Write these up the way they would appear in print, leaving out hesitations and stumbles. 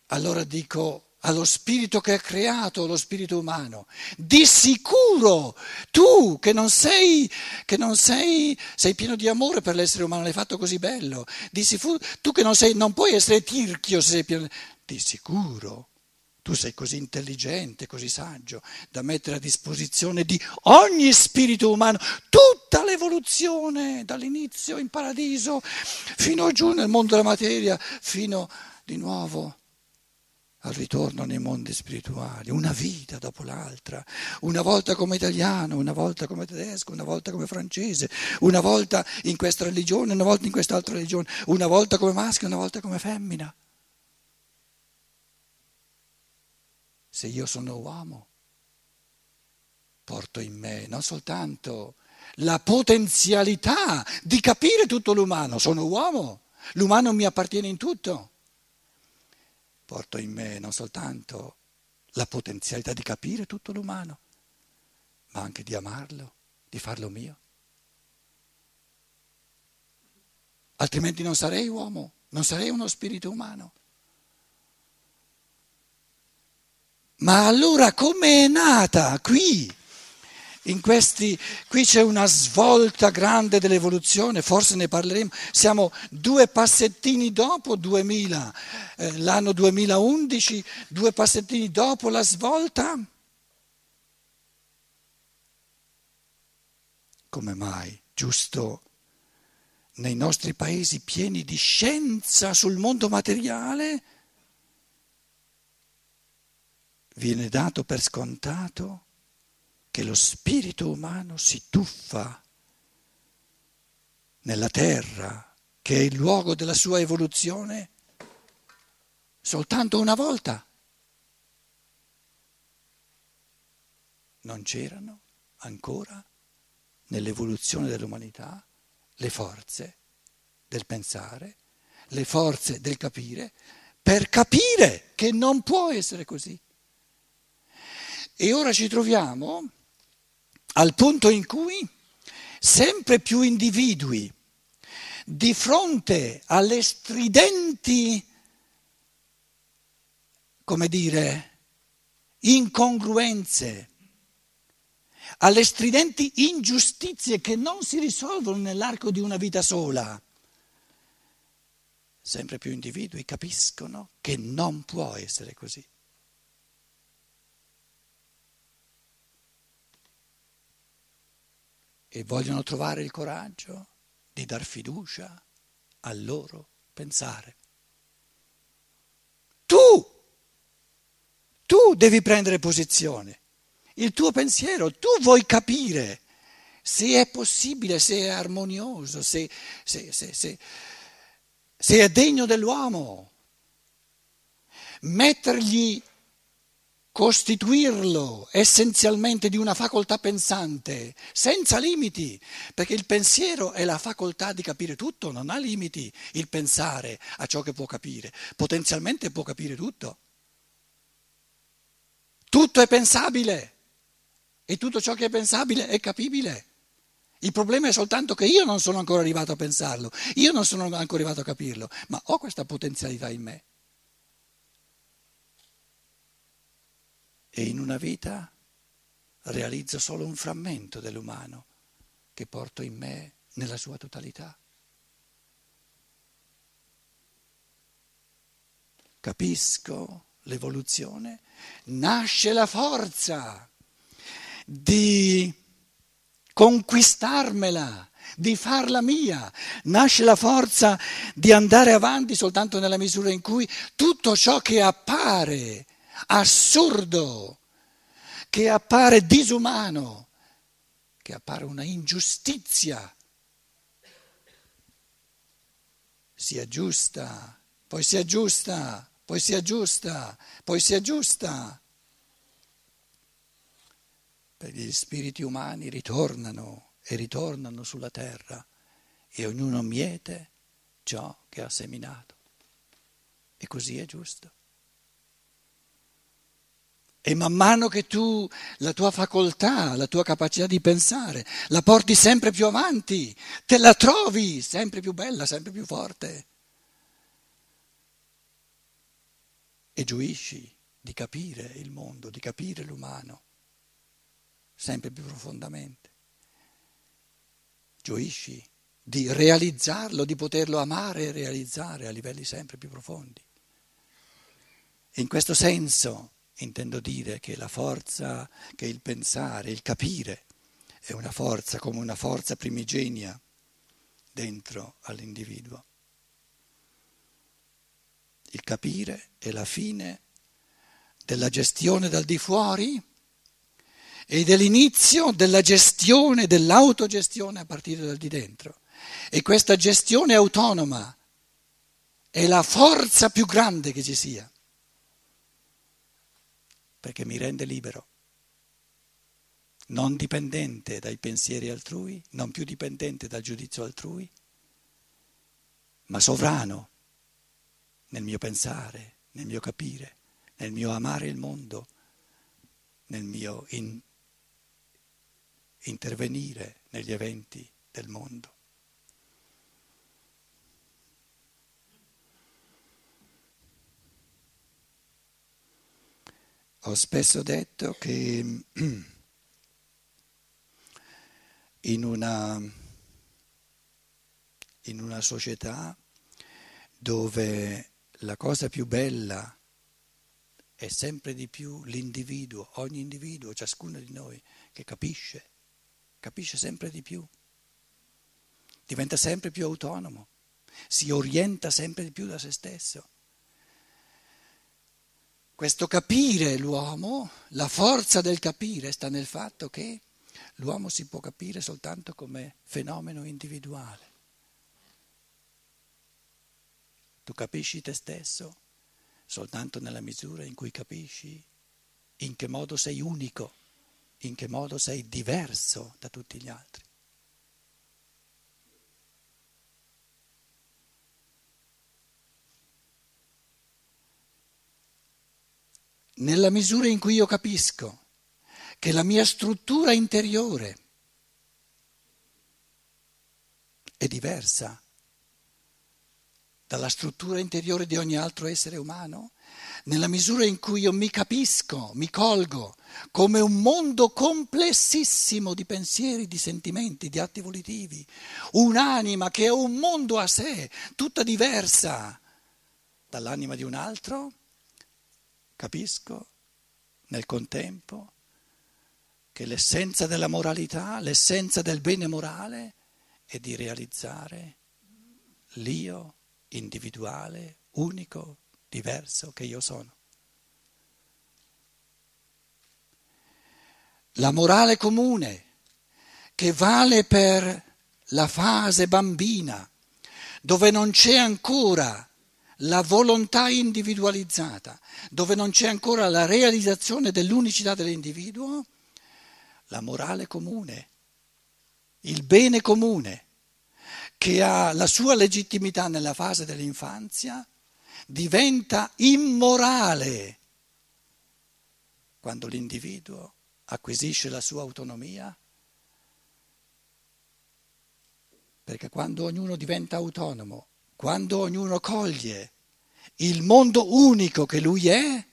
allora dico allo spirito che ha creato lo spirito umano, di sicuro tu sei pieno di amore per l'essere umano, l'hai fatto così bello, di sicuro, tu che non puoi essere tirchio se sei pieno, di sicuro. Tu sei così intelligente, così saggio, da mettere a disposizione di ogni spirito umano tutta l'evoluzione, dall'inizio in paradiso, fino giù nel mondo della materia, fino di nuovo al ritorno nei mondi spirituali, una vita dopo l'altra, una volta come italiano, una volta come tedesco, una volta come francese, una volta in questa religione, una volta in quest'altra religione, una volta come maschio, una volta come femmina. Se io sono uomo, porto in me non soltanto la potenzialità di capire tutto l'umano, sono uomo, l'umano mi appartiene in tutto. Porto in me non soltanto la potenzialità di capire tutto l'umano, ma anche di amarlo, di farlo mio. Altrimenti non sarei uomo, non sarei uno spirito umano. Ma allora come è nata qui? Qui c'è una svolta grande dell'evoluzione, forse ne parleremo, siamo 2 passettini dopo 2000, l'anno 2011, 2 passettini dopo la svolta. Come mai? Giusto nei nostri paesi pieni di scienza sul mondo materiale viene dato per scontato che lo spirito umano si tuffa nella terra, che è il luogo della sua evoluzione, soltanto una volta. Non c'erano ancora nell'evoluzione dell'umanità le forze del pensare, le forze del capire, per capire che non può essere così. E ora ci troviamo al punto in cui sempre più individui di fronte alle stridenti, come dire, incongruenze, alle stridenti ingiustizie che non si risolvono nell'arco di una vita sola, sempre più individui capiscono che non può essere così. E vogliono trovare il coraggio di dar fiducia al loro pensare. Tu devi prendere posizione, il tuo pensiero, tu vuoi capire se è possibile, se è armonioso, se è degno dell'uomo, costituirlo essenzialmente di una facoltà pensante, senza limiti, perché il pensiero è la facoltà di capire tutto, non ha limiti il pensare a ciò che può capire, potenzialmente può capire tutto. Tutto è pensabile e tutto ciò che è pensabile è capibile. Il problema è soltanto che io non sono ancora arrivato a pensarlo, io non sono ancora arrivato a capirlo, ma ho questa potenzialità in me. E in una vita realizzo solo un frammento dell'umano che porto in me nella sua totalità. Capisco l'evoluzione, nasce la forza di conquistarmela, di farla mia, nasce la forza di andare avanti soltanto nella misura in cui tutto ciò che appare assurdo, che appare disumano, che appare una ingiustizia, si aggiusta, poi si aggiusta, poi si aggiusta, poi si aggiusta. Perché gli spiriti umani ritornano e ritornano sulla terra e ognuno miete ciò che ha seminato. E così è giusto. E man mano che tu la tua facoltà, la tua capacità di pensare, la porti sempre più avanti, te la trovi sempre più bella, sempre più forte. e gioisci di capire il mondo, di capire l'umano, sempre più profondamente. Gioisci di realizzarlo, di poterlo amare e realizzare a livelli sempre più profondi. In questo senso intendo dire che la forza, che il pensare, il capire, è una forza come una forza primigenia dentro all'individuo. Il capire è la fine della gestione dal di fuori ed è l'inizio della gestione, dell'autogestione a partire dal di dentro. E questa gestione autonoma è la forza più grande che ci sia, perché mi rende libero, non dipendente dai pensieri altrui, non più dipendente dal giudizio altrui, ma sovrano nel mio pensare, nel mio capire, nel mio amare il mondo, nel mio intervenire negli eventi del mondo. Ho spesso detto che in una società dove la cosa più bella è sempre di più l'individuo, ogni individuo, ciascuno di noi che capisce sempre di più, diventa sempre più autonomo, si orienta sempre di più da se stesso. Questo capire l'uomo, la forza del capire sta nel fatto che l'uomo si può capire soltanto come fenomeno individuale. Tu capisci te stesso soltanto nella misura in cui capisci in che modo sei unico, in che modo sei diverso da tutti gli altri. Nella misura in cui io capisco che la mia struttura interiore è diversa dalla struttura interiore di ogni altro essere umano, nella misura in cui io mi capisco, mi colgo come un mondo complessissimo di pensieri, di sentimenti, di atti volitivi, un'anima che è un mondo a sé, tutta diversa dall'anima di un altro, capisco nel contempo che l'essenza della moralità, l'essenza del bene morale è di realizzare l'io individuale, unico, diverso che io sono. La morale comune che vale per la fase bambina, dove non c'è ancora la volontà individualizzata, dove non c'è ancora la realizzazione dell'unicità dell'individuo, la morale comune, il bene comune, che ha la sua legittimità nella fase dell'infanzia, diventa immorale quando l'individuo acquisisce la sua autonomia, perché quando ognuno diventa autonomo, quando ognuno coglie il mondo unico che lui è,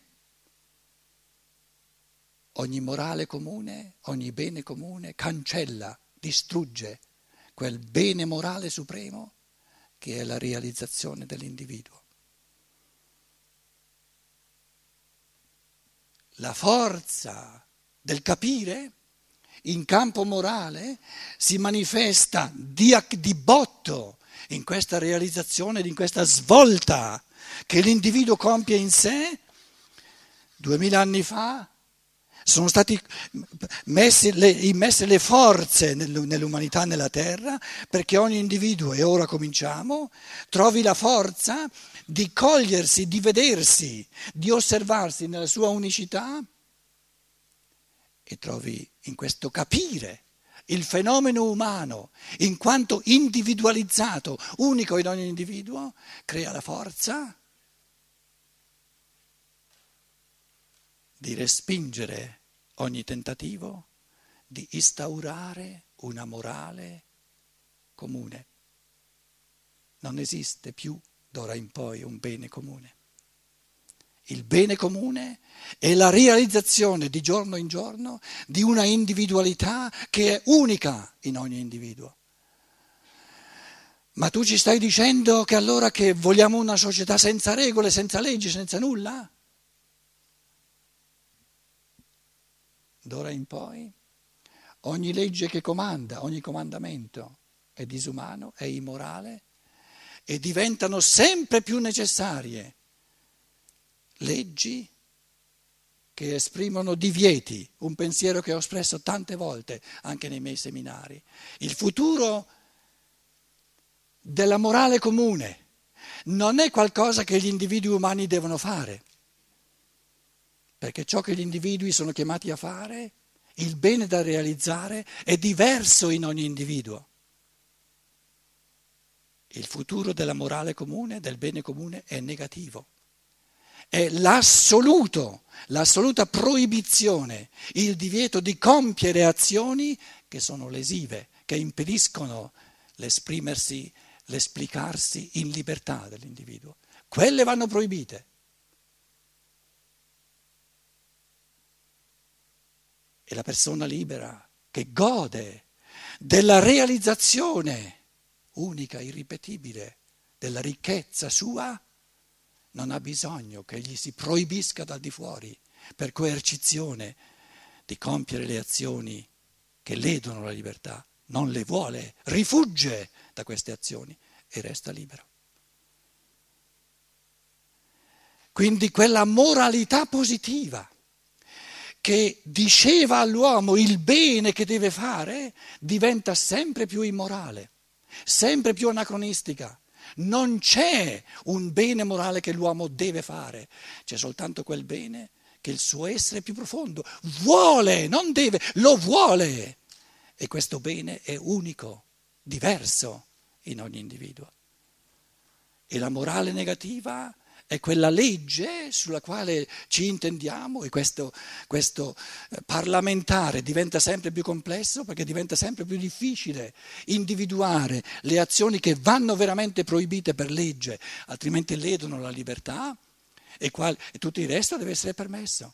ogni morale comune, ogni bene comune cancella, distrugge quel bene morale supremo che è la realizzazione dell'individuo. La forza del capire in campo morale si manifesta di botto in questa realizzazione, in questa svolta che l'individuo compie in sé. 2000 anni fa sono state immesse le forze nell'umanità, nella terra, perché ogni individuo, e ora cominciamo, trovi la forza di cogliersi, di vedersi, di osservarsi nella sua unicità e trovi in questo capire il fenomeno umano in quanto individualizzato, unico in ogni individuo, crea la forza di respingere ogni tentativo di instaurare una morale comune. Non esiste più d'ora in poi un bene comune. Il bene comune è la realizzazione di giorno in giorno di una individualità che è unica in ogni individuo. Ma tu ci stai dicendo che allora che vogliamo una società senza regole, senza leggi, senza nulla? D'ora in poi ogni legge che comanda, ogni comandamento è disumano, è immorale e diventano sempre più necessarie leggi che esprimono divieti, un pensiero che ho espresso tante volte anche nei miei seminari. Il futuro della morale comune non è qualcosa che gli individui umani devono fare, perché ciò che gli individui sono chiamati a fare, il bene da realizzare, è diverso in ogni individuo. Il futuro della morale comune, del bene comune, è negativo. È l'assoluta proibizione, il divieto di compiere azioni che sono lesive, che impediscono l'esprimersi, l'esplicarsi in libertà dell'individuo. Quelle vanno proibite. E la persona libera che gode della realizzazione unica, irripetibile, della ricchezza sua, non ha bisogno che gli si proibisca dal di fuori, per coercizione, di compiere le azioni che ledono la libertà. Non le vuole, rifugge da queste azioni e resta libero. Quindi quella moralità positiva che diceva all'uomo il bene che deve fare diventa sempre più immorale, sempre più anacronistica. Non c'è un bene morale che l'uomo deve fare, c'è soltanto quel bene che il suo essere più profondo vuole, non deve, lo vuole. E questo bene è unico, diverso in ogni individuo. E la morale negativa è quella legge sulla quale ci intendiamo, e questo parlamentare diventa sempre più complesso perché diventa sempre più difficile individuare le azioni che vanno veramente proibite per legge, altrimenti ledono la libertà e tutto il resto deve essere permesso.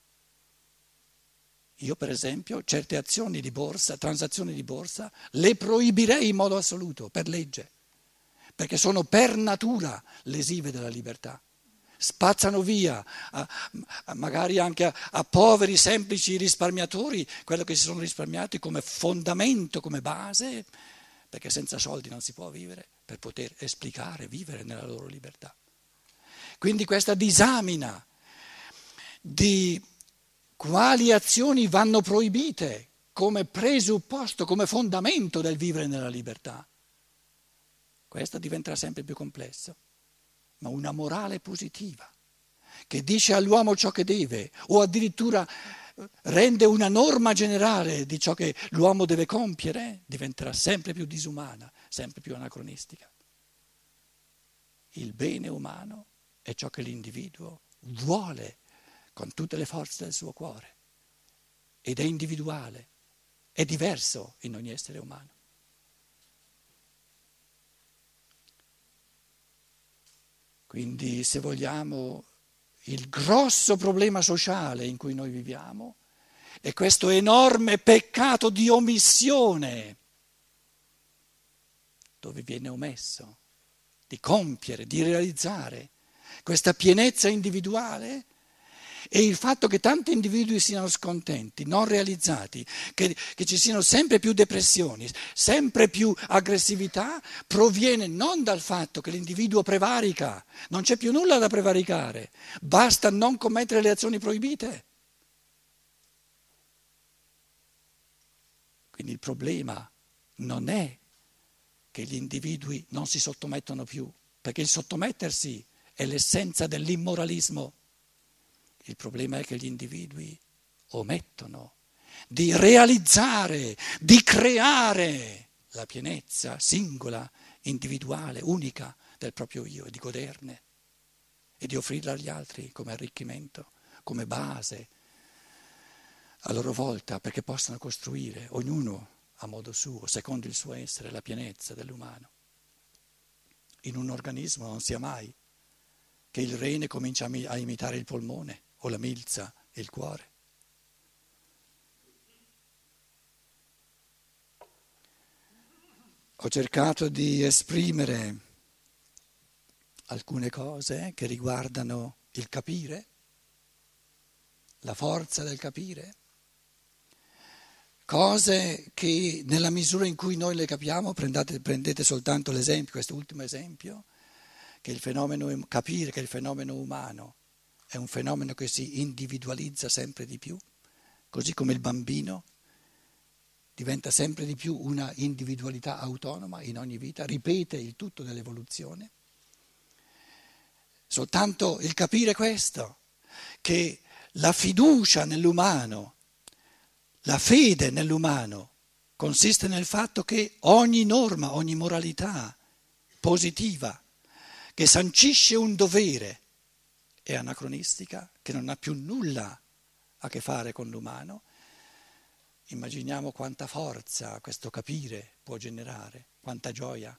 Io per esempio certe azioni di borsa, transazioni di borsa, le proibirei in modo assoluto per legge, perché sono per natura lesive della libertà. Spazzano via, magari anche a poveri, semplici risparmiatori, quello che si sono risparmiati come fondamento, come base, perché senza soldi non si può vivere, per poter esplicare, vivere nella loro libertà. Quindi questa disamina di quali azioni vanno proibite come presupposto, come fondamento del vivere nella libertà, questo diventerà sempre più complesso. Ma una morale positiva che dice all'uomo ciò che deve o addirittura rende una norma generale di ciò che l'uomo deve compiere, diventerà sempre più disumana, sempre più anacronistica. Il bene umano è ciò che l'individuo vuole con tutte le forze del suo cuore ed è individuale, è diverso in ogni essere umano. Quindi, se vogliamo, il grosso problema sociale in cui noi viviamo è questo enorme peccato di omissione, dove viene omesso di compiere, di realizzare questa pienezza individuale, e il fatto che tanti individui siano scontenti, non realizzati, che ci siano sempre più depressioni, sempre più aggressività, proviene non dal fatto che l'individuo prevarica, non c'è più nulla da prevaricare, basta non commettere le azioni proibite. Quindi il problema non è che gli individui non si sottomettono più, perché il sottomettersi è l'essenza dell'immoralismo. Il problema è che gli individui omettono di realizzare, di creare la pienezza singola, individuale, unica del proprio io, e di goderne e di offrirla agli altri come arricchimento, come base a loro volta, perché possano costruire, ognuno a modo suo, secondo il suo essere, la pienezza dell'umano. In un organismo non sia mai che il rene comincia a imitare il polmone o la milza e il cuore. Ho cercato di esprimere alcune cose che riguardano il capire, la forza del capire, cose che nella misura in cui noi le capiamo, prendete soltanto l'esempio, questo ultimo esempio, che il fenomeno, capire che il fenomeno umano è un fenomeno che si individualizza sempre di più, così come il bambino diventa sempre di più una individualità autonoma in ogni vita, ripete il tutto dell'evoluzione. Soltanto il capire questo, che la fiducia nell'umano, la fede nell'umano consiste nel fatto che ogni norma, ogni moralità positiva che sancisce un dovere è anacronistica, che non ha più nulla a che fare con l'umano. Immaginiamo quanta forza questo capire può generare, quanta gioia.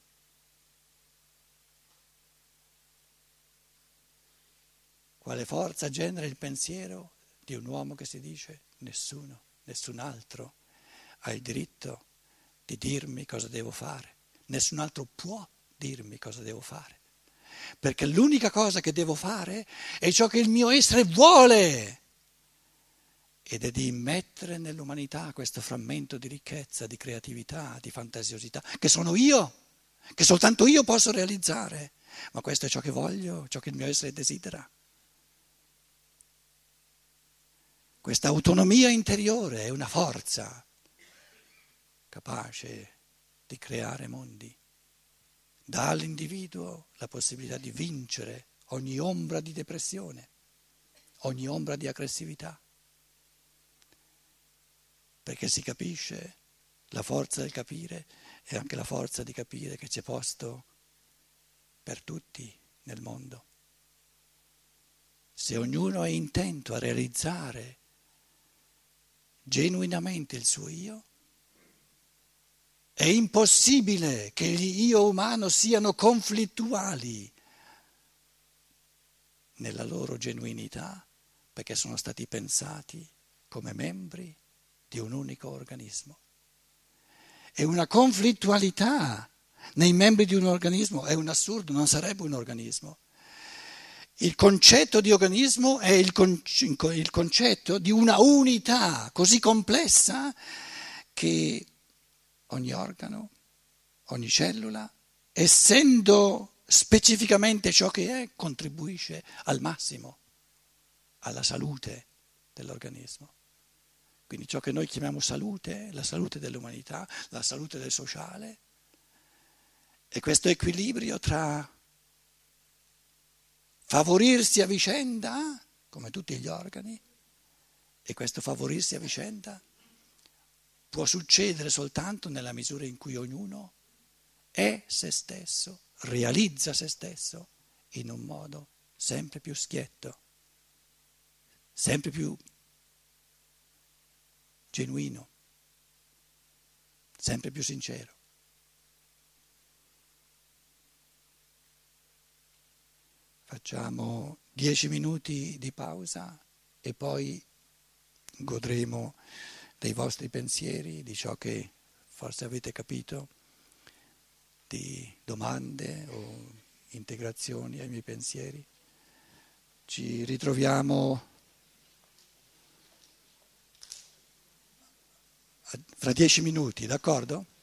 Quale forza genera il pensiero di un uomo che si dice nessuno, nessun altro ha il diritto di dirmi cosa devo fare, nessun altro può dirmi cosa devo fare, perché l'unica cosa che devo fare è ciò che il mio essere vuole. Ed è di immettere nell'umanità questo frammento di ricchezza, di creatività, di fantasiosità, che sono io, che soltanto io posso realizzare. Ma questo è ciò che voglio, ciò che il mio essere desidera. Questa autonomia interiore è una forza capace di creare mondi. Dà all'individuo la possibilità di vincere ogni ombra di depressione, ogni ombra di aggressività. Perché si capisce, la forza del capire è anche la forza di capire che c'è posto per tutti nel mondo. Se ognuno è intento a realizzare genuinamente il suo io, è impossibile che gli io umano siano conflittuali nella loro genuinità, perché sono stati pensati come membri di un unico organismo. E una conflittualità nei membri di un organismo è un assurdo, non sarebbe un organismo. Il concetto di organismo è il concetto di una unità così complessa che ogni organo, ogni cellula, essendo specificamente ciò che è, contribuisce al massimo alla salute dell'organismo. Quindi ciò che noi chiamiamo salute, la salute dell'umanità, la salute del sociale, è questo equilibrio tra favorirsi a vicenda, come tutti gli organi, e questo favorirsi a vicenda può succedere soltanto nella misura in cui ognuno è se stesso, realizza se stesso in un modo sempre più schietto, sempre più genuino, sempre più sincero. Facciamo 10 minuti di pausa e poi godremo dei vostri pensieri, di ciò che forse avete capito, di domande o integrazioni ai miei pensieri. Ci ritroviamo fra 10 minuti, d'accordo?